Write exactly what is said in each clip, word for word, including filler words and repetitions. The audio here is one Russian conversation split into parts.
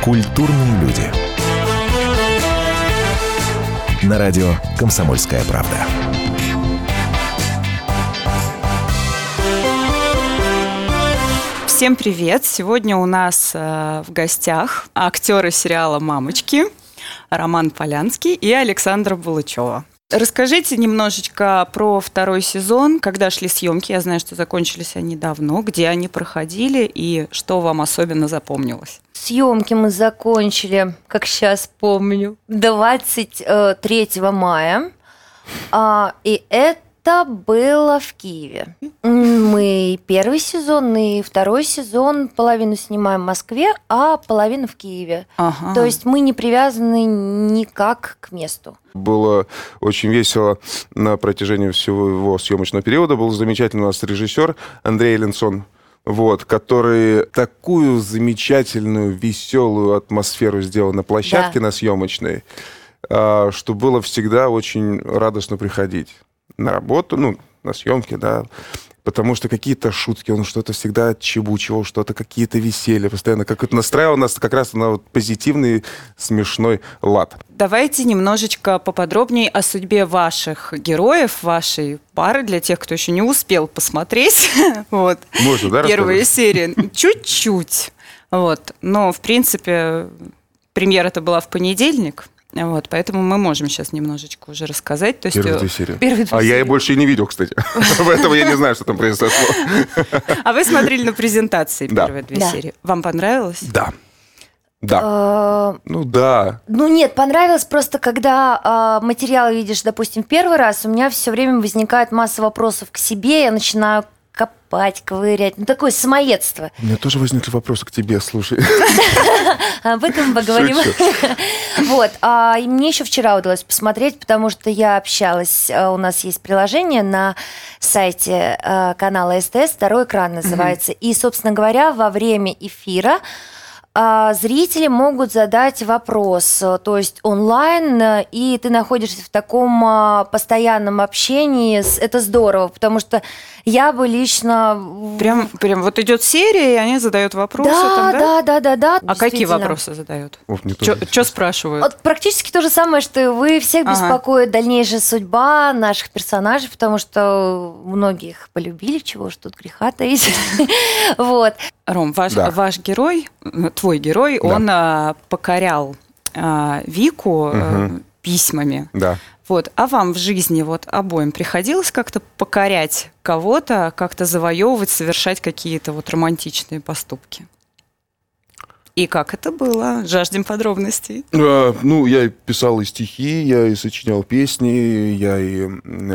Культурные люди. На радио «Комсомольская правда». Всем привет! Сегодня у нас э, в гостях актеры сериала «Мамочки» Роман Полянский и Александра Булычева. Расскажите немножечко про второй сезон, когда шли съемки. Я знаю, что закончились они давно, где они проходили и что вам особенно запомнилось. Съемки мы закончили, как сейчас помню, двадцать третьего мая, и это было в Киеве. Мы первый сезон и второй сезон половину снимаем в Москве, а половину в Киеве. Ага. То есть мы не привязаны никак к месту. Было очень весело на протяжении всего его съемочного периода. Был замечательный у нас режиссер Андрей Ленсон, вот, который такую замечательную, веселую атмосферу сделал на площадке, да, на съемочной, что было всегда очень радостно приходить на работу, ну, на съемки, да, потому что какие-то шутки, он что-то всегда отчебучивал, что-то, какие-то веселья, постоянно как-то настраивал нас как раз на вот позитивный, смешной лад. Давайте немножечко поподробнее о судьбе ваших героев, вашей пары, для тех, кто еще не успел посмотреть. Вот. Можно, да, первые серии. Чуть-чуть. Вот. Но, в принципе, премьера-то была в понедельник. Вот, поэтому мы можем сейчас немножечко уже рассказать. То есть, первые две серии. Первые две а серии. я и больше и не видел, кстати. Поэтому я не знаю, что там произошло. А вы смотрели на презентации первые две да. серии. Вам понравилось? Да. Да. Ну да. Ну нет, понравилось просто, когда материал видишь, допустим, в первый раз, у меня все время возникает масса вопросов к себе, я начинаю копать, ковырять. Ну, такое самоедство. У меня тоже возникли вопросы к тебе, слушай. Об этом поговорим. Вот. И мне еще вчера удалось посмотреть, потому что я общалась, у нас есть приложение на сайте канала СТС, «Второй экран» называется. И, собственно говоря, во время эфира зрители могут задать вопрос, то есть онлайн, и ты находишься в таком постоянном общении. Это здорово, потому что я бы лично... Прям, прям вот идет серия, и они задают вопросы? Да, там, да? да, да, да, да. А какие вопросы задают? Что спрашивают? Вот практически то же самое, что и вы. Всех ага. беспокоит дальнейшая судьба наших персонажей, потому что многих полюбили, чего ж тут греха таить. Вот. Ром, ваш, да. ваш герой, твой герой, да. он а, покорял а, Вику угу. а, письмами. Да. Вот. А вам в жизни вот обоим приходилось как-то покорять кого-то, как-то завоевывать, совершать какие-то вот романтичные поступки? И как это было? Жаждем подробностей. А, ну, я и писал и стихи, я и сочинял песни, я и...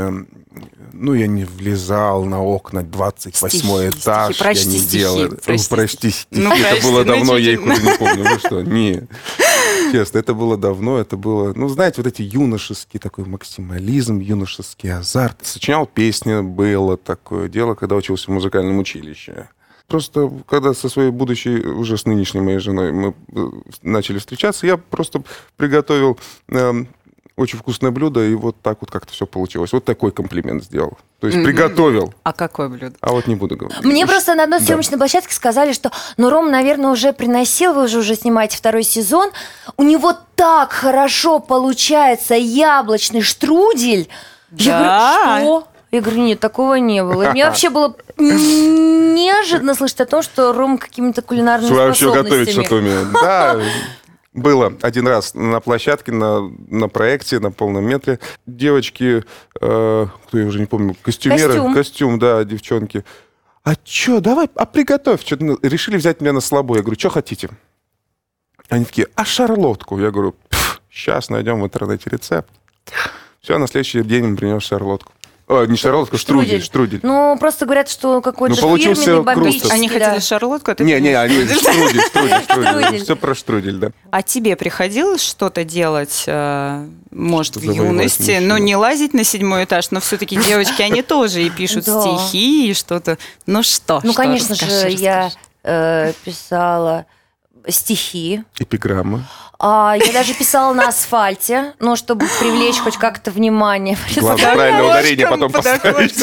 Ну, я не влезал на окна, двадцать восьмой стихи, этаж, стихи, я не стихи, делал. Прости, прости стихи, ну, это прости, было давно, я их значительно. уже не помню. Ну что, не. Честно, это было давно, это было... Ну, знаете, вот эти юношеский такой максимализм, юношеский азарт. Сочинял песни, было такое дело, когда учился в музыкальном училище. Просто, когда со своей будущей, уже с нынешней моей женой мы начали встречаться, я просто приготовил э, очень вкусное блюдо, и вот так вот как-то все получилось. Вот такой комплимент сделал. То есть mm-hmm. приготовил. А какое блюдо? А вот не буду говорить. Мне просто на одной съемочной да. площадке сказали, что ну, Ром, наверное, уже приносил, вы же уже снимаете второй сезон, у него так хорошо получается яблочный штрудель. Да. Я говорю, что? Я говорю, нет, такого не было. И мне вообще было неожиданно слышать о том, что Ром какими-то кулинарными способностями. Вообще готовить что-то умеет. Да, было один раз на площадке, на, на проекте, на полном метре. Девочки, э, кто я уже не помню, костюмеры. Костюм. Костюм, да, девчонки. А что, давай, а приготовь. Что-то решили взять меня на слабо. Я говорю, что хотите? Они такие, а шарлотку? Я говорю, сейчас найдем в интернете рецепт. Все, на следующий день им принес шарлотку. О, не шарлотка, штрудель. штрудель. Ну, просто говорят, что какой-то ну, фирменный бомбический. Они да. хотели шарлотку? А ты не, не, они штрудель, штрудель, штрудель. Все про штрудель, да. А тебе приходилось что-то делать, может, что в юности? Ну, не лазить на седьмой этаж, но все-таки девочки, они тоже и пишут стихи, и что-то. Ну, что? Ну, конечно же, я писала... стихи. Эпиграммы. А, я даже писала на асфальте, ну, чтобы привлечь хоть как-то внимание. Главное, правильное ударение потом поставить.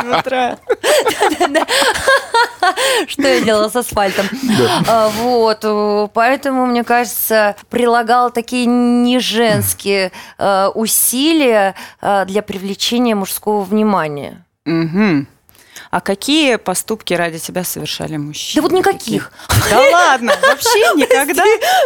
Что я делала с асфальтом. Вот, поэтому, мне кажется, прилагала такие неженские усилия для привлечения мужского внимания. Угу. А какие поступки ради тебя совершали мужчины? Да вот никаких. Да ладно, вообще никогда?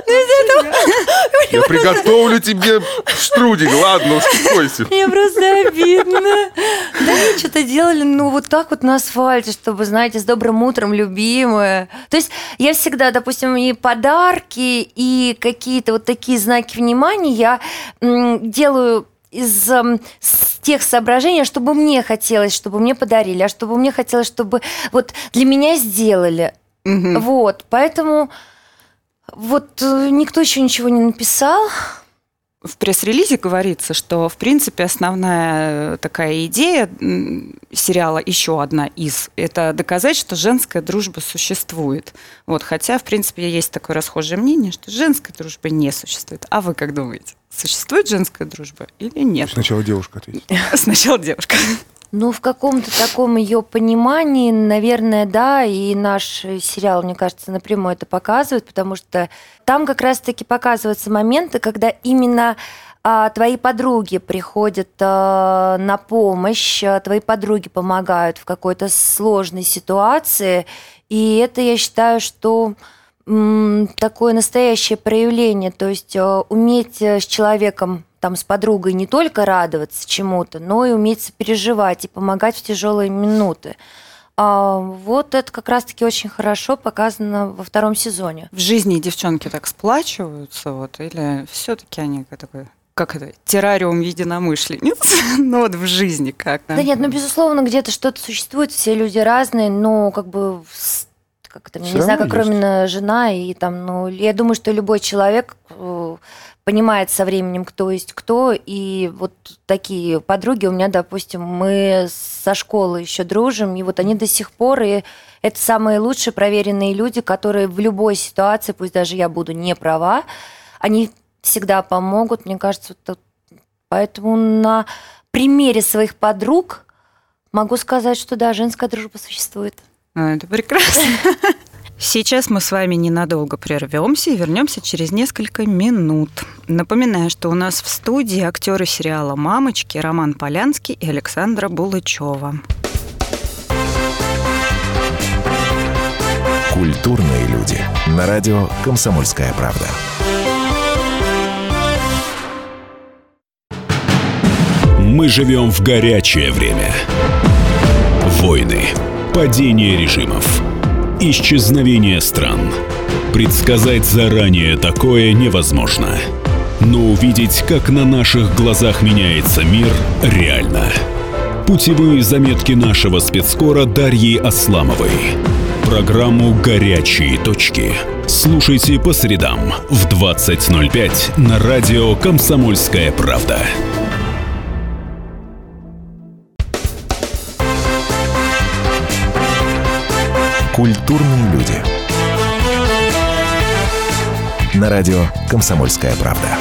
Я приготовлю тебе штрудель, ладно, успокойся. Мне просто обидно. Да, мы что-то делали, ну, вот так вот на асфальте, чтобы, знаете, с добрым утром, любимая. То есть я всегда, допустим, и подарки, и какие-то вот такие знаки внимания я м, делаю из э, тех соображений, чтобы мне хотелось, чтобы мне подарили, а чтобы мне хотелось, чтобы вот для меня сделали. Угу. Вот, поэтому вот э, никто еще ничего не написал. В пресс-релизе говорится, что, в принципе, основная такая идея сериала, еще одна из, это доказать, что женская дружба существует. Вот, хотя, в принципе, есть такое расхожее мнение, что женская дружба не существует. А вы как думаете? Существует женская дружба или нет? Сначала девушка ответит. Сначала девушка. Ну, в каком-то таком ее понимании, наверное, да, и наш сериал, мне кажется, напрямую это показывает, потому что там как раз-таки показываются моменты, когда именно а, твои подруги приходят а, на помощь, а, твои подруги помогают в какой-то сложной ситуации, и это, я считаю, что м, такое настоящее проявление, то есть а, уметь с человеком, там, с подругой не только радоваться чему-то, но и уметь переживать и помогать в тяжелые минуты. А вот это как раз-таки очень хорошо показано во втором сезоне. В жизни девчонки так сплачиваются, вот, или все-таки они как такой, как это, террариум единомышленниц? Ну вот в жизни как? Да нет, ну безусловно, где-то что-то существует, все люди разные, но как бы как-то, я не знаю, как Ромина жена, и там, ну, я думаю, что любой человек понимает со временем, кто есть кто, и вот такие подруги у меня, допустим, мы со школы еще дружим, и вот они до сих пор, и это самые лучшие проверенные люди, которые в любой ситуации, пусть даже я буду не права, они всегда помогут, мне кажется, вот, поэтому на примере своих подруг могу сказать, что да, женская дружба существует. Это прекрасно. Сейчас мы с вами ненадолго прервемся и вернемся через несколько минут. Напоминаю, что у нас в студии актеры сериала «Мамочки» Роман Полянский и Александра Булычева. Культурные люди. На радио «Комсомольская правда». Мы живем в горячее время. Войны, падение режимов, исчезновение стран. Предсказать заранее такое невозможно. Но увидеть, как на наших глазах меняется мир, реально. Путевые заметки нашего спецкора Дарьи Асламовой. Программу «Горячие точки» слушайте по средам в двадцать ноль пять на радио «Комсомольская правда». Культурные люди. На радио «Комсомольская правда».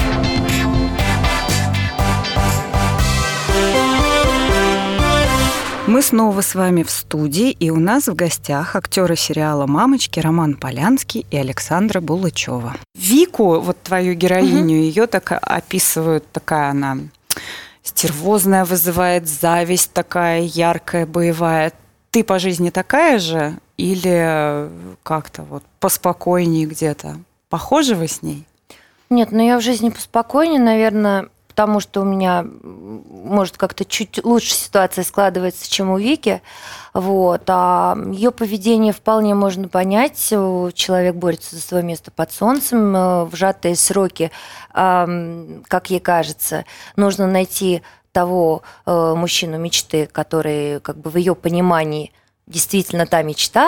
Мы снова с вами в студии, и у нас в гостях актеры сериала «Мамочки» Роман Полянский и Александра Булычева. Вику, вот твою героиню, угу. ее так описывают, такая она стервозная, вызывает зависть, такая яркая, боевая. Ты по жизни такая же или как-то вот поспокойнее где-то? Похожи вы с ней? Нет, ну я в жизни поспокойнее, наверное, потому что у меня, может, как-то чуть лучше ситуация складывается, чем у Вики. Вот. А ее поведение вполне можно понять. Человек борется за свое место под солнцем. В сжатые сроки, как ей кажется, нужно найти того мужчину мечты, который, как бы, в ее понимании действительно та мечта,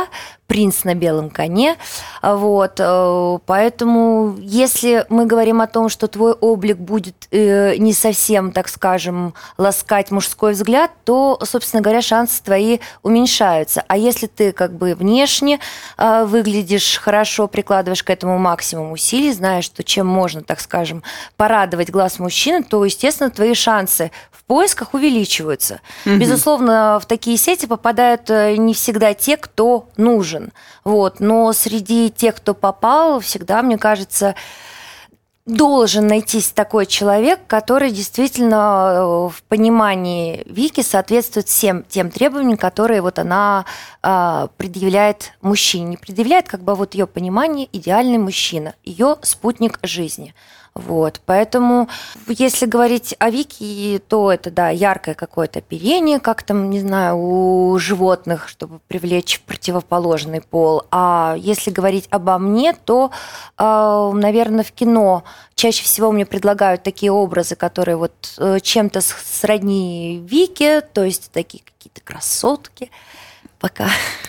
принц на белом коне. Вот. Поэтому, если мы говорим о том, что твой облик будет не совсем, так скажем, ласкать мужской взгляд, то, собственно говоря, шансы твои уменьшаются. А если ты как бы внешне выглядишь хорошо, прикладываешь к этому максимум усилий, знаешь, что чем можно, так скажем, порадовать глаз мужчины, то, естественно, твои шансы в поисках увеличиваются. Mm-hmm. Безусловно, в такие сети попадают не всегда те, кто нужен. Вот. Но среди тех, кто попал, всегда, мне кажется, должен найтись такой человек, который действительно в понимании Вики соответствует всем тем требованиям, которые вот она э, предъявляет мужчине. Предъявляет, как бы вот ее понимание, идеальный мужчина, ее спутник жизни. Вот, поэтому, если говорить о Вике, то это, да, яркое какое-то оперение, как там, не знаю, у животных, чтобы привлечь противоположный пол. А если говорить обо мне, то, наверное, в кино чаще всего мне предлагают такие образы, которые вот чем-то сродни Вике, то есть такие какие-то красотки. Пока.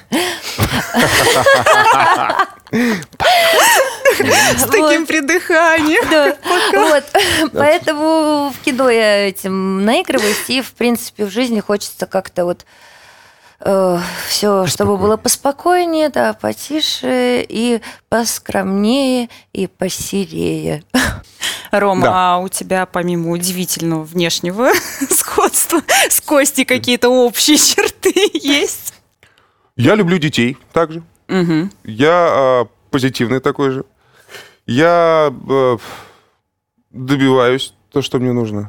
С таким придыханием. Да. Вот. Поэтому в кино я этим наигрываюсь, и, в принципе, в жизни хочется как-то вот э, все, чтобы было поспокойнее, да, потише и поскромнее и посерее. Рома, да. А у тебя помимо удивительного внешнего сходства с Костей какие-то общие черты есть? Я люблю детей также. Угу. Я э, позитивный такой же. Я э, добиваюсь то, что мне нужно.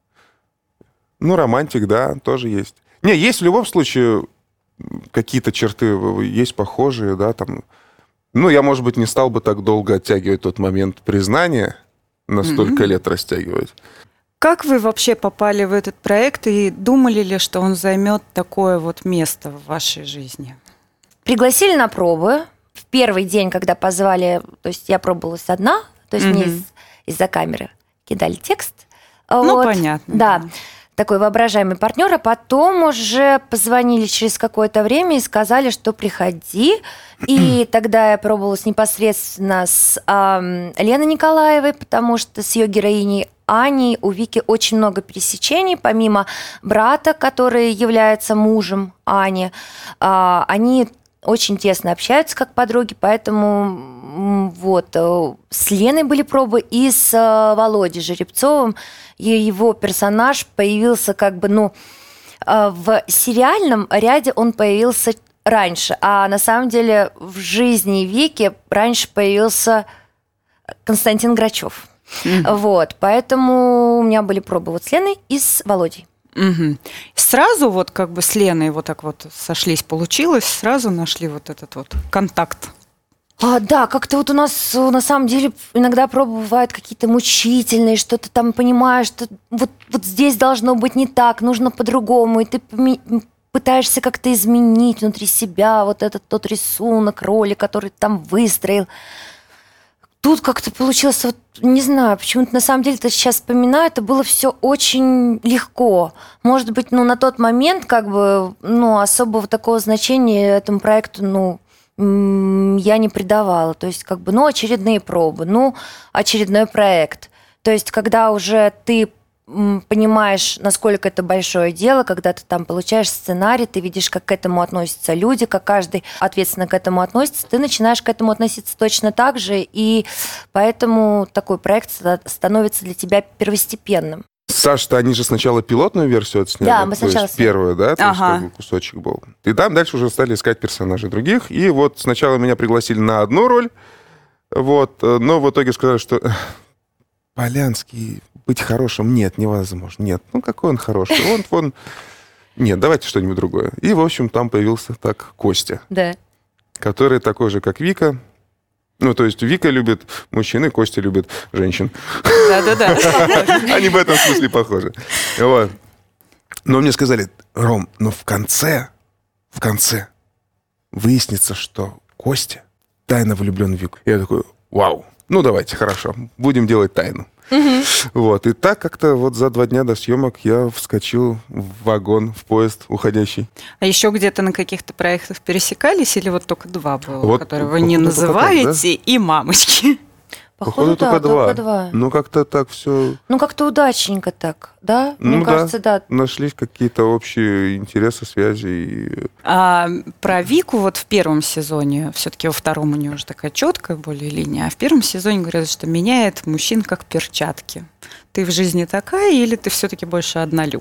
Ну, романтик, да, тоже есть. Не, есть в любом случае какие-то черты, есть похожие, да, там. Ну, я, может быть, не стал бы так долго оттягивать тот момент признания, на столько mm-hmm. лет растягивать. Как вы вообще попали в этот проект и думали ли, что он займет такое вот место в вашей жизни? Пригласили на пробы. В первый день, когда позвали, то есть я пробовалась одна, то есть mm-hmm. мне из- из-за камеры кидали текст. Ну, вот. понятно. Да, да. Такой воображаемый партнер. А потом уже позвонили через какое-то время и сказали, что приходи. И тогда я пробовалась непосредственно с э, Леной Николаевой, потому что с ее героиней Аней у Вики очень много пересечений, помимо брата, который является мужем Ани. Э, они очень тесно общаются как подруги, поэтому вот с Леной были пробы, и с Володей Жеребцовым. И его персонаж появился как бы, ну, в сериальном ряде он появился раньше, а на самом деле в жизни Вики раньше появился Константин Грачев. Mm-hmm. Вот, поэтому у меня были пробы вот с Леной и с Володей. Угу. Сразу вот как бы с Леной вот так вот сошлись, получилось, сразу нашли вот этот вот контакт. А, да, как-то вот у нас на самом деле иногда пробы бывают какие-то мучительные, что ты там понимаешь, что вот, вот здесь должно быть не так, нужно по-другому, и ты пытаешься как-то изменить внутри себя вот этот тот рисунок, роли, который ты там выстроил. Тут как-то получилось, вот, не знаю, почему-то на самом деле, это сейчас вспоминаю, это было все очень легко. Может быть, ну, на тот момент, как бы, ну, особого такого значения этому проекту, ну, я не придавала. То есть, как бы, ну, очередные пробы, ну, очередной проект. То есть, когда уже ты понимаешь, насколько это большое дело, когда ты там получаешь сценарий, ты видишь, как к этому относятся люди, как каждый ответственно к этому относится, ты начинаешь к этому относиться точно так же, и поэтому такой проект становится для тебя первостепенным. Саша-то они же сначала пилотную версию отсняли. Да, мы сначала то есть первую, да, то ага. есть как бы кусочек был. И там дальше уже стали искать персонажей других, и вот сначала меня пригласили на одну роль, вот, но в итоге сказали, что Полянский быть хорошим нет, невозможно. Нет, ну какой он хороший? Он, он... Нет, давайте что-нибудь другое. И, в общем, там появился так Костя. Да. Который такой же, как Вика. Ну, то есть Вика любит мужчин, и Костя любит женщин. Да-да-да. Они в этом смысле похожи. Вот. Но мне сказали, Ром, ну в конце, в конце выяснится, что Костя тайно влюблен в Вику. Я такой, вау. Ну, давайте, хорошо, будем делать тайну. Вот. И так как-то вот за два дня до съемок я вскочил в вагон, в поезд уходящий. А еще где-то на каких-то проектах пересекались или вот только два было, Вот, которые вы не походу, только так, называете, и «Мамочки»? Походу, да, только два. только два. Ну, как-то так все... Ну, как-то удачненько так, да? Ну, Мне да. кажется, да. Нашлись какие-то общие интересы, связи. И... А про Вику вот в первом сезоне, все-таки во втором у нее уже такая четкая более линия, а в первом сезоне говорят, что меняет мужчин как перчатки. Ты в жизни такая или ты все-таки больше однолюб?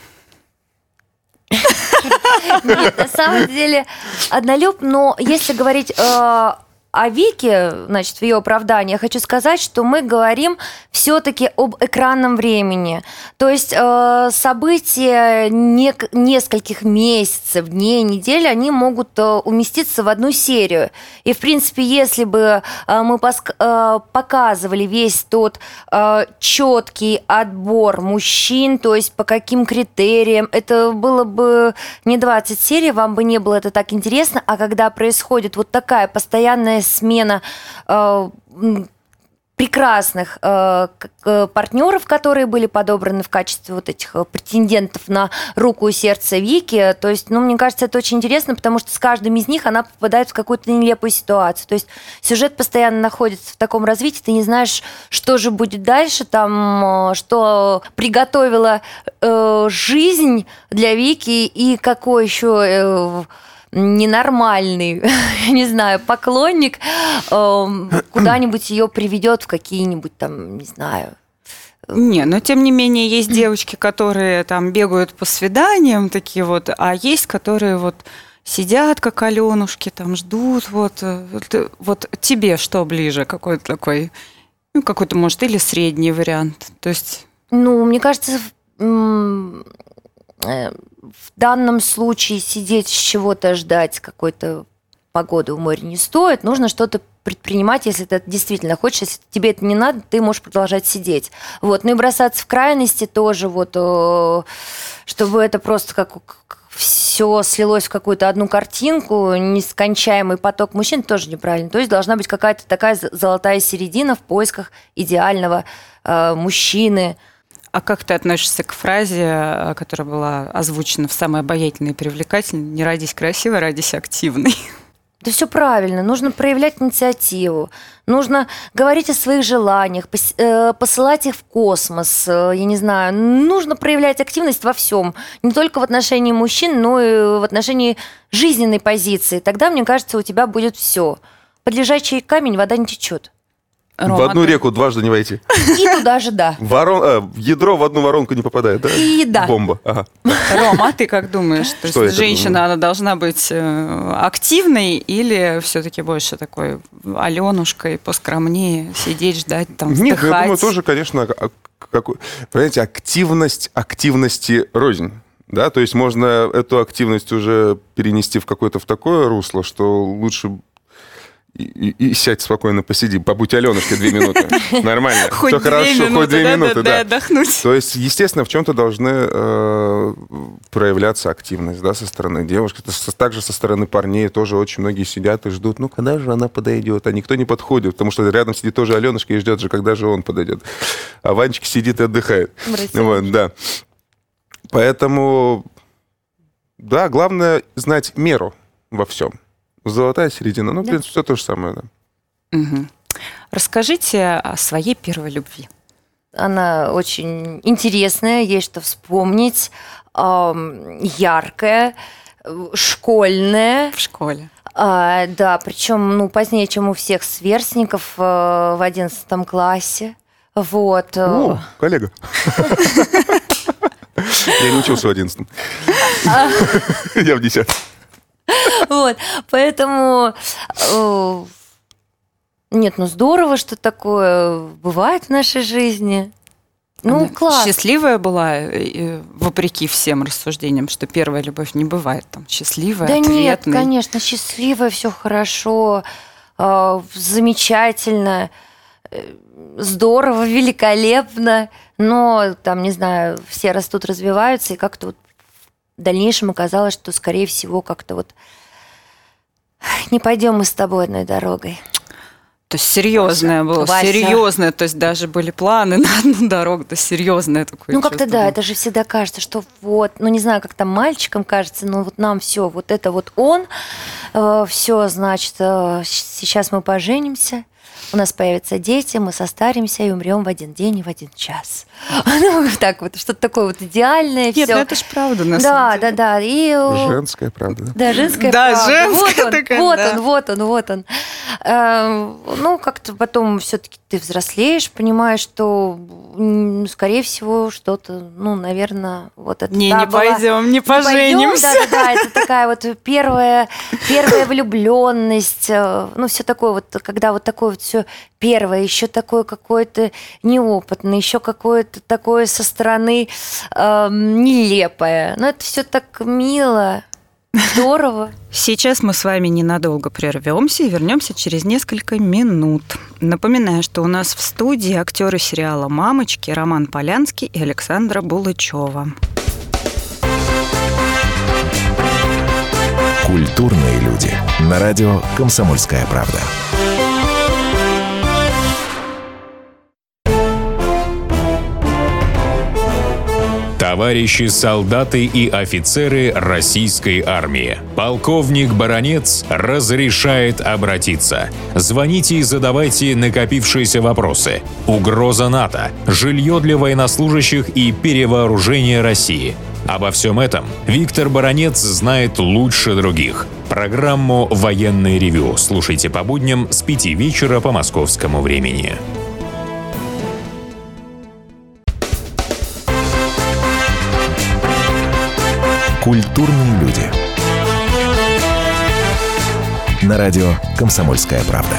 Нет, на самом деле однолюб, но если говорить э, о Вике, значит, в ее оправдании, я хочу сказать, что мы говорим все-таки об экранном времени. То есть э, события не, нескольких месяцев, дней, недель, они могут э, уместиться в одну серию. И, в принципе, если бы э, мы поск- э, показывали весь тот э, четкий отбор мужчин, то есть по каким критериям, это было бы не двадцать серий, вам бы не было это так интересно, а когда происходит вот такая постоянная смена э, прекрасных э, партнеров, которые были подобраны в качестве вот этих претендентов на руку и сердце Вики. То есть, ну, мне кажется, это очень интересно, потому что с каждым из них она попадает в какую-то нелепую ситуацию. То есть сюжет постоянно находится в таком развитии, ты не знаешь, что же будет дальше, там, что приготовила э, жизнь для Вики и какой еще... Э, ненормальный, не знаю, поклонник э, куда-нибудь ее приведет в какие-нибудь там, не знаю. Не, но тем не менее есть девочки, которые там бегают по свиданиям, такие вот, а есть, которые вот сидят, как Аленушки, там ждут, вот, вот, вот тебе что ближе, какой-то такой, ну, какой-то, может, или средний вариант, то есть... Ну, мне кажется, м- в данном случае сидеть с чего-то ждать какой-то погоды у моря не стоит. Нужно что-то предпринимать, если ты это действительно хочешь. Если тебе это не надо, ты можешь продолжать сидеть. Вот. Ну и бросаться в крайности тоже, вот, чтобы это просто как все слилось в какую-то одну картинку, нескончаемый поток мужчин, тоже неправильно. То есть должна быть какая-то такая золотая середина в поисках идеального э, мужчины. А как ты относишься к фразе, которая была озвучена в самой обаятельной и привлекательной: «Не родись красивой, родись активной»? Да все правильно. Нужно проявлять инициативу. Нужно говорить о своих желаниях, посылать их в космос. Я не знаю. Нужно проявлять активность во всем. Не только в отношении мужчин, но и в отношении жизненной позиции. Тогда, мне кажется, у тебя будет все. Под лежачий камень вода не течет. Рома, в одну ты... реку дважды не войти. И туда же, да. Ворон... А, ядро в одну воронку не попадает, да? И да. Бомба. Ага. Рома, а ты как думаешь? То Что есть это? женщина, она должна быть активной или все-таки больше такой Аленушкой, поскромнее, сидеть, ждать, там, вздыхать? Нет, я думаю, тоже, конечно, как... понимаете, активность активности рознь. Да? То есть можно эту активность уже перенести в какое-то в такое русло, что лучше... И, и, и сядь спокойно, посиди, побудь Аленушкой две минуты. Нормально. Хоть Все две хорошо, минуты, хоть две да, минуты, да, да. да, отдохнуть. То есть, естественно, в чем-то должны э, проявляться активность, да, со стороны девушки. Также со стороны парней тоже очень многие сидят и ждут, ну, когда же она подойдет? А никто не подходит, потому что рядом сидит тоже Аленушка и ждет же, когда же он подойдет. А Ванечка сидит и отдыхает. Вот, да. Поэтому, да, главное знать меру во всем. Золотая середина. Ну, в принципе, все то же самое, да. Угу. Расскажите о своей первой любви. Она очень интересная, есть что вспомнить, эм, яркая, школьная. В школе. А, да, причем, ну, позднее, чем у всех сверстников, э, в одиннадцатом классе. Вот. О, коллега. Я не учился в одиннадцатом. Я в десятом. Вот, поэтому... Э, нет, ну здорово, что такое бывает в нашей жизни. Ну, Она класс. Счастливая была, вопреки всем рассуждениям, что первая любовь не бывает там счастливая, да ответной. нет, конечно, счастливая, все хорошо, э, замечательно, э, здорово, великолепно, но там, не знаю, все растут, развиваются, и как-то вот в дальнейшем оказалось, что, скорее всего, как-то вот не пойдем мы с тобой одной дорогой. То есть серьезное было, Вася. серьезное, то есть даже были планы на одну дорогу, то серьезное такое Ну, как-то чувство да, было. это же всегда кажется, что вот, ну, не знаю, как там мальчикам кажется, но вот нам все, вот это вот он, э, все, значит, э, сейчас мы поженимся, у нас появятся дети, мы состаримся и умрем в один день и в один час. Ну, так вот, что-то такое вот идеальное. Нет, всё. ну это же правда, на Да, самом да, деле. да. И, э, Женская, правда. да, женская Да, правда. женская вот он, такая, вот да. он, вот он, вот он. Э, Ну, как-то потом все-таки ты взрослеешь, понимаешь, что, м, скорее всего, что-то, ну, наверное, вот это Не, та не была- пойдем, не поженимся. Да, да, да, это такая вот первая, первая влюбленность, э, ну, все такое вот, когда вот такое вот все первое, еще такое какое-то неопытное, еще какое-то такое со стороны э, нелепое. Но это все так мило, здорово. Сейчас мы с вами ненадолго прервемся и вернемся через несколько минут. Напоминаю, что у нас в студии актеры сериала «Мамочки» Роман Полянский и Александра Булычева. Культурные люди. На радио «Комсомольская правда». Товарищи солдаты и офицеры российской армии. Полковник Баранец разрешает обратиться. Звоните и задавайте накопившиеся вопросы. Угроза НАТО, жилье для военнослужащих и перевооружение России. Обо всем этом Виктор Баранец знает лучше других. Программу «Военное ревю» слушайте по будням с пяти вечера по московскому времени. Культурные люди. На радио «Комсомольская правда».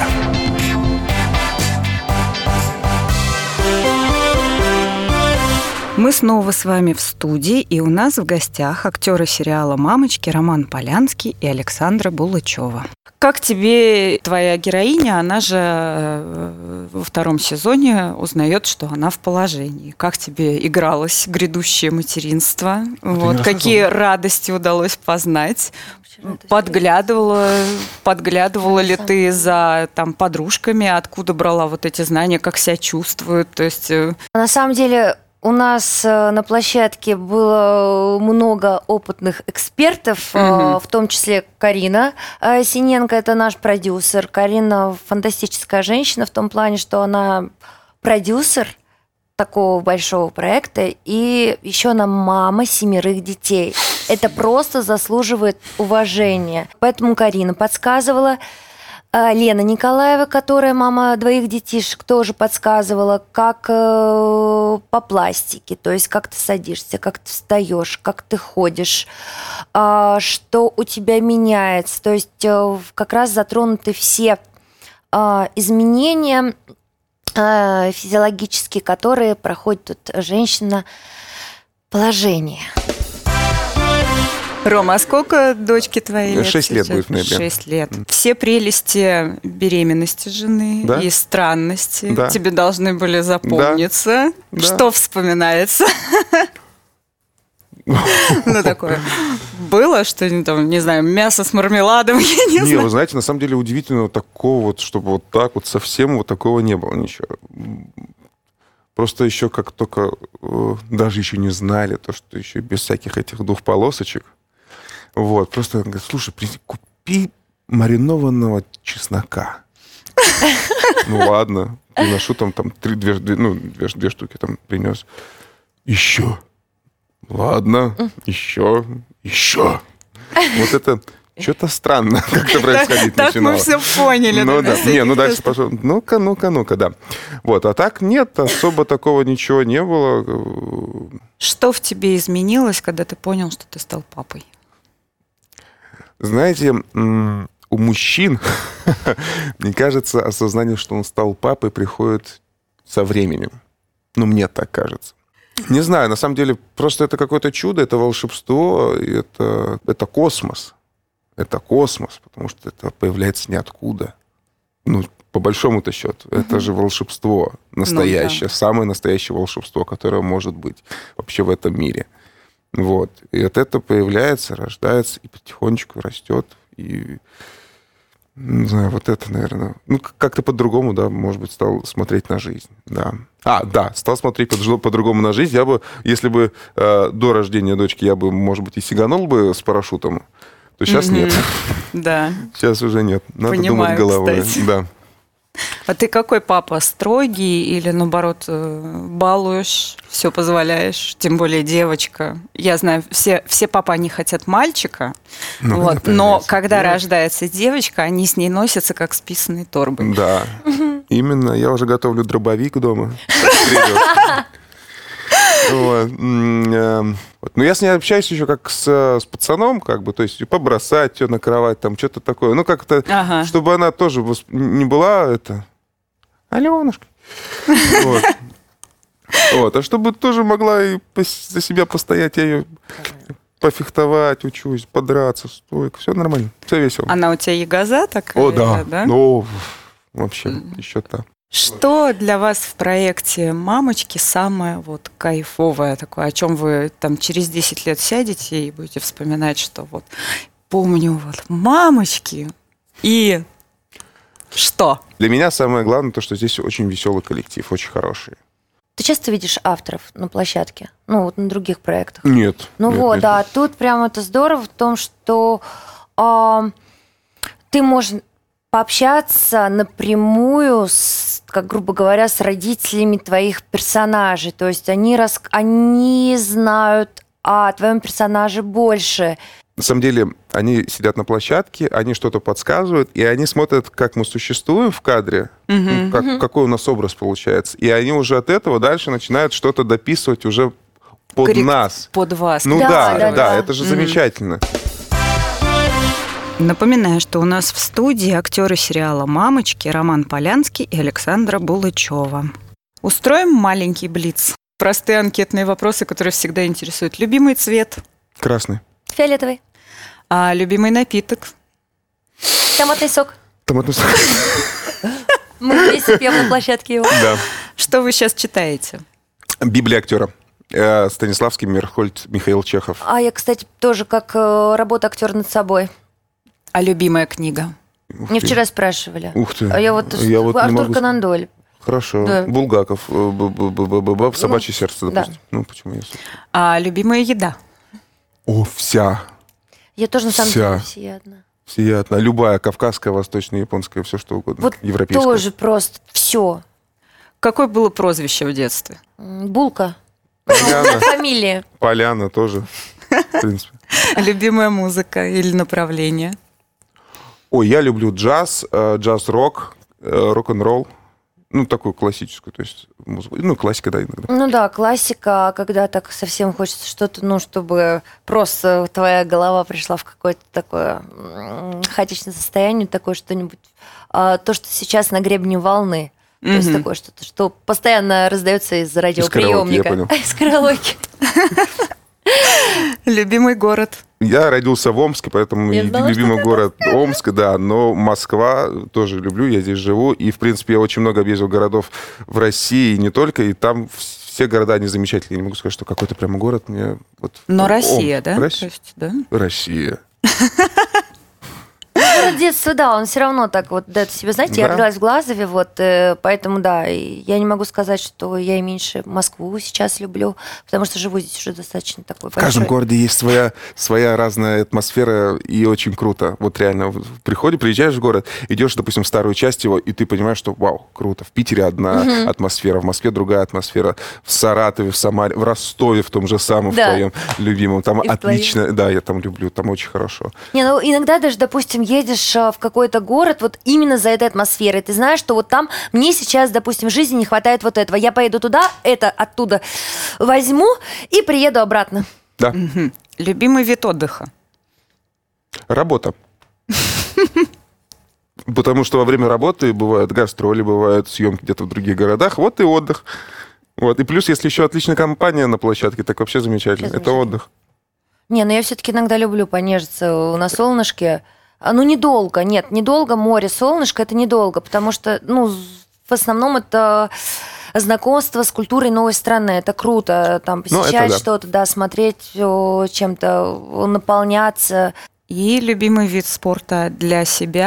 Мы снова с вами в студии, и у нас в гостях актеры сериала «Мамочки» Роман Полянский и Александра Булычева. Как тебе твоя героиня? Она же э, во втором сезоне узнает, что она в положении. Как тебе игралось грядущее материнство? Вот, какие радости удалось познать? Подглядывала, подглядывала ли ты за там, подружками? Откуда брала вот эти знания? Как себя чувствуют? То есть... э, На самом деле у нас э, на площадке было много опытных экспертов, э, Мгм. в том числе Карина э, Синенко, это наш продюсер. Карина фантастическая женщина в том плане, что она продюсер такого большого проекта, и еще она мама семерых детей. Это просто заслуживает уважения. Поэтому Карина подсказывала. А Лена Николаева, которая мама двоих детишек, тоже подсказывала, как э, по пластике, то есть как ты садишься, как ты встаешь, как ты ходишь, а, что у тебя меняется. То есть э, как раз затронуты все а, изменения а, физиологические, которые проходит тут женщина положение. Рома, а сколько дочки твоей лет? Шесть лет сейчас? будет в ноябре. Шесть лет. Все прелести беременности жены Да. и странности Да. тебе должны были запомниться. Да. Что вспоминается? Ну, такое. Было что-нибудь там, не знаю, мясо с мармеладом, я не Не, знаю. вы знаете, на самом деле удивительно такого вот, чтобы вот так вот совсем вот такого не было ничего. Просто еще как только э, даже еще не знали, то, что еще без всяких этих двух полосочек. Вот, просто говорит, слушай, при- купи маринованного чеснока. Ну ладно, приношу там, там три, две, две- ну, две, две штуки там принес. Еще. Ладно, еще, еще. Вот это что-то странно как-то происходить Так мы начинало. все поняли. Ну да, да, без не, ну всяких дальше тестов. пошел. Ну-ка, ну-ка, ну-ка, да. Вот, а так нет, особо такого ничего не было. Что в тебе изменилось, когда ты понял, что ты стал папой? Знаете, м, у мужчин, мне кажется, осознание, что он стал папой, приходит со временем. Ну, мне так кажется. Не знаю, на самом деле, просто это какое-то чудо, это волшебство, и это, это космос. Это космос, потому что это появляется ниоткуда. Ну, по большому-то счету, это же волшебство настоящее, самое настоящее волшебство, которое может быть вообще в этом мире. Вот. И от этого появляется, рождается, и потихонечку растет. И Не знаю, вот это, наверное. Ну, как-то по-другому, да, может быть, стал смотреть на жизнь, да. А, да, стал смотреть по- по-другому на жизнь. Я бы, если бы э, до рождения дочки я бы, может быть, и сиганул бы с парашютом, то сейчас Мгм. нет. Да. Сейчас уже нет. Надо Понимаю, думать головой. кстати. Да. А ты какой папа? Строгий или, наоборот, э, балуешь, все позволяешь? Тем более девочка. Я знаю, все, все папы, они хотят мальчика, Ну, вот, когда но появляется когда девочка. рождается девочка, они с ней носятся, как с писаной торбой. Да, именно. Я уже готовлю дробовик дома. Придёт. Вот. М, э, вот. Но я с ней общаюсь еще как с, с пацаном, как бы, то есть побросать ее на кровать, там что-то такое. Ну, как-то, Ага. чтобы она тоже восп- не была это... Аленушка. Вот. Вот. А чтобы тоже могла и пос- за себя постоять, я ее пофехтовать учусь, подраться, стойка. Все нормально, все весело. Она у тебя ягоза такая? О, да. да? Ну, вообще, еще та. Что для вас в проекте «Мамочки» самое вот кайфовое такое, о чем вы там через десять лет сядете и будете вспоминать, что вот помню вот «Мамочки» и что? Для меня самое главное то, что здесь очень веселый коллектив, очень хороший. Ты часто видишь авторов на площадке? Ну, вот на других проектах. Нет. Ну нет, вот, нет. да, тут прям это здорово в том, что а, ты можешь пообщаться напрямую с, как грубо говоря, с родителями твоих персонажей. То есть они, рас... они знают о твоем персонаже больше. На самом деле, они сидят на площадке, они что-то подсказывают, и они смотрят, как мы существуем в кадре, ну, как, какой у нас образ получается. И они уже от этого дальше начинают что-то дописывать уже под Коррект- нас. Под вас. Ну Да, да, да, да, да. это же Мгм. замечательно. Напоминаю, что у нас в студии актеры сериала «Мамочки» Роман Полянский и Александра Булычева. Устроим маленький блиц. Простые анкетные вопросы, которые всегда интересуют. Любимый цвет, Красный. Фиолетовый, а любимый напиток, томатный сок. Томатный сок. Мы вместе пьем на площадке его. Да. что вы сейчас читаете? Библия актера. Э, Станиславский, Мирхольд, Михаил Чехов. А я, кстати, тоже как э, работа актера над собой. А любимая книга? Ух Мне ты. вчера спрашивали. Ух ты. А я вот, Я вот не Артур могу- Конан Дойль. Хорошо. Да. Булгаков. э, б- б- б- б- б- Собачье Ну, сердце, да. допустим. Ну, почему я... собственно? А любимая еда? О, вся. Я тоже на самом Вся. деле всеядна. Всеядно. Любая, кавказская, восточная, японская, все что угодно. Вот Европейская. тоже просто все. Какое было прозвище в детстве? Булка. Поляна. Фамилия. Поляна тоже. В принципе. Любимая музыка или направление? Ой, я люблю джаз, э, джаз-рок, э, рок-н-ролл. Ну, такую классическую, то есть музыку. Ну, классика, да, иногда. Ну да, классика, когда так совсем хочется что-то, ну, чтобы просто твоя голова пришла в какое-то такое м, хаотичное состояние, такое что-нибудь, а, то, что сейчас на гребне волны. То есть Мгм. такое что-то, что постоянно раздается из караоке, я радиоприемника. понял. Из караоке. Любимый город? Я родился в Омске, поэтому Я и знала, любимый что ты город Омск, да, но Москва тоже люблю, я здесь живу. И, в принципе, я очень много объездил городов в России, и не только, и там все города, они замечательные. Я не могу сказать, что какой-то прямо город мне... Вот, Но Ом- Россия, да? Россия. То есть, да? Россия. Ну, детство, да, он все равно так вот дает себе, знаете, я Да. родилась в Глазове, вот, э, поэтому, да, и я не могу сказать, что я и меньше Москву сейчас люблю, потому что живу здесь уже достаточно такой В каждом большой. городе есть своя, своя разная атмосфера, и очень круто. Вот реально, в приходе, приезжаешь в город, идешь, допустим, в старую часть его, и ты понимаешь, что вау, круто. В Питере одна атмосфера, в Москве другая атмосфера, в Саратове, в Самаре, в Ростове, в том же самом, Да. в твоем любимом. Там И в отлично, да, я там люблю, там очень хорошо. Не, ну иногда даже, допустим, едешь а, в какой-то город вот именно за этой атмосферой. Ты знаешь, что вот там мне сейчас, допустим, в жизни не хватает вот этого. Я поеду туда, это оттуда возьму и приеду обратно. Да, Мгм. Любимый вид отдыха? работа. Потому что во время работы бывают гастроли, бывают съемки где-то в других городах, вот и отдых. Вот. И плюс, если еще отличная компания на площадке, так вообще замечательно. Вообще Это замечательно. отдых. Не, ну я все-таки иногда люблю понежиться на солнышке. А, Ну, недолго, нет, недолго море, солнышко, это недолго, потому что, ну, в основном это знакомство с культурой новой страны. Это круто, там, Ну, это посещать да. что-то, да, смотреть о, чем-то, о, наполняться. И любимый вид спорта для себя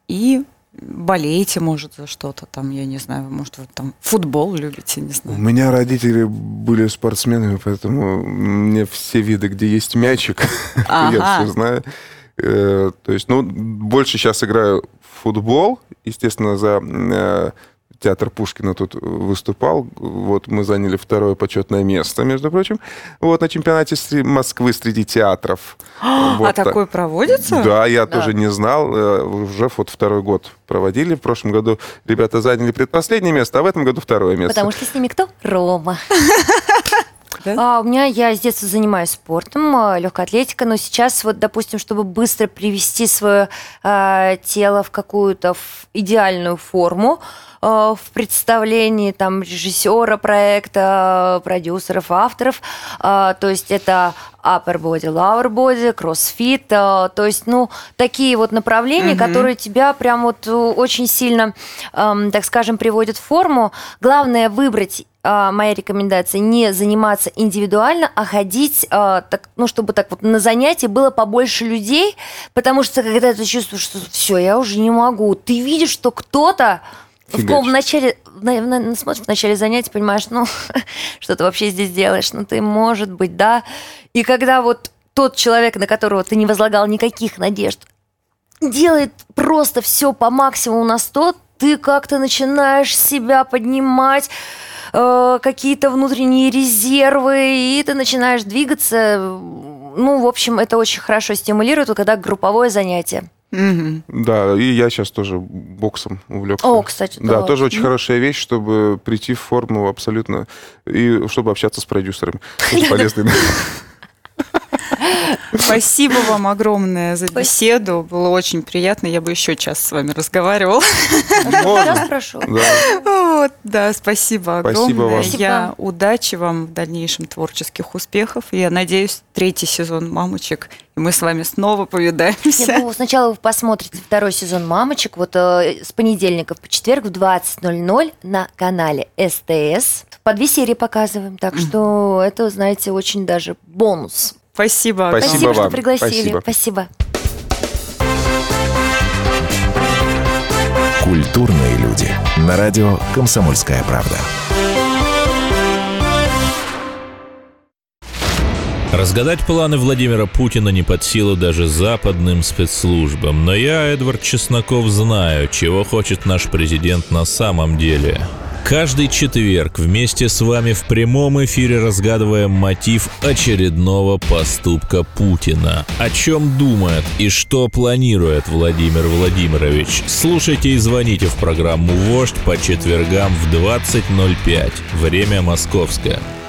и болеете, может, за что-то там, я не знаю, может, вы там футбол любите, не знаю. У меня родители были спортсменами, поэтому мне все виды, где есть мячик, я все знаю. То есть, ну, больше сейчас играю в футбол, естественно, за театр Пушкина тут выступал. Вот мы заняли второе почетное место, между прочим, вот на чемпионате Москвы среди театров. А вот такой проводится? Да, я да. тоже не знал. Уже вот второй год проводили. В прошлом году ребята заняли предпоследнее место, а в этом году второе место. Потому что с ними кто? Рома. Да? А, у меня, я с детства занимаюсь спортом, легкая атлетика, но сейчас вот, допустим, чтобы быстро привести свое э, тело в какую-то в идеальную форму, э, в представлении там режиссера проекта, продюсеров, авторов, э, то есть это upper body, lower body, кроссфит, э, то есть, ну, такие вот направления, mm-hmm. которые тебя прям вот очень сильно, э, так скажем, приводят в форму. Главное выбрать. Моя рекомендация не заниматься индивидуально, а ходить, так, ну, чтобы так вот на занятия было побольше людей, потому что когда ты чувствуешь, что все, я уже не могу, ты видишь, что кто-то в, в начале, на, на, смотришь в начале занятия, понимаешь, ну, что ты вообще здесь делаешь, ну, ты, может быть, да. И когда вот тот человек, на которого ты не возлагал никаких надежд, делает просто все по максимуму на сто, ты как-то начинаешь себя поднимать, какие-то внутренние резервы, и ты начинаешь двигаться. Ну, в общем, это очень хорошо стимулирует, когда групповое занятие. Mm-hmm. Да, и я сейчас тоже боксом увлекся. О, кстати, да. Да, тоже очень mm-hmm. хорошая вещь, чтобы прийти в форму абсолютно, и чтобы общаться с продюсерами. Это полезно. Спасибо вам огромное за беседу. Было очень приятно. Я бы еще час с вами разговаривала. Сейчас прошу. Вот, да, спасибо огромное. Спасибо вам. Я удачи вам в дальнейшем творческих успехов. Я надеюсь, третий сезон «Мамочек», и мы с вами снова повидаемся. Нет, ну, сначала вы посмотрите второй сезон «Мамочек» вот э, с понедельника по четверг в двадцать ноль ноль на канале СТС. По две серии показываем, так что это, знаете, очень даже бонус. Спасибо. Спасибо, Спасибо, вам. что пригласили. Спасибо. Спасибо. Культурные люди. На радио «Комсомольская правда». Разгадать планы Владимира Путина не под силу даже западным спецслужбам. Но я, Эдвард Чесноков, знаю, чего хочет наш президент на самом деле. Каждый четверг вместе с вами в прямом эфире разгадываем мотив очередного поступка Путина. О чем думает и что планирует Владимир Владимирович? Слушайте и звоните в программу «Вождь» по четвергам в двадцать ноль пять. Время московское.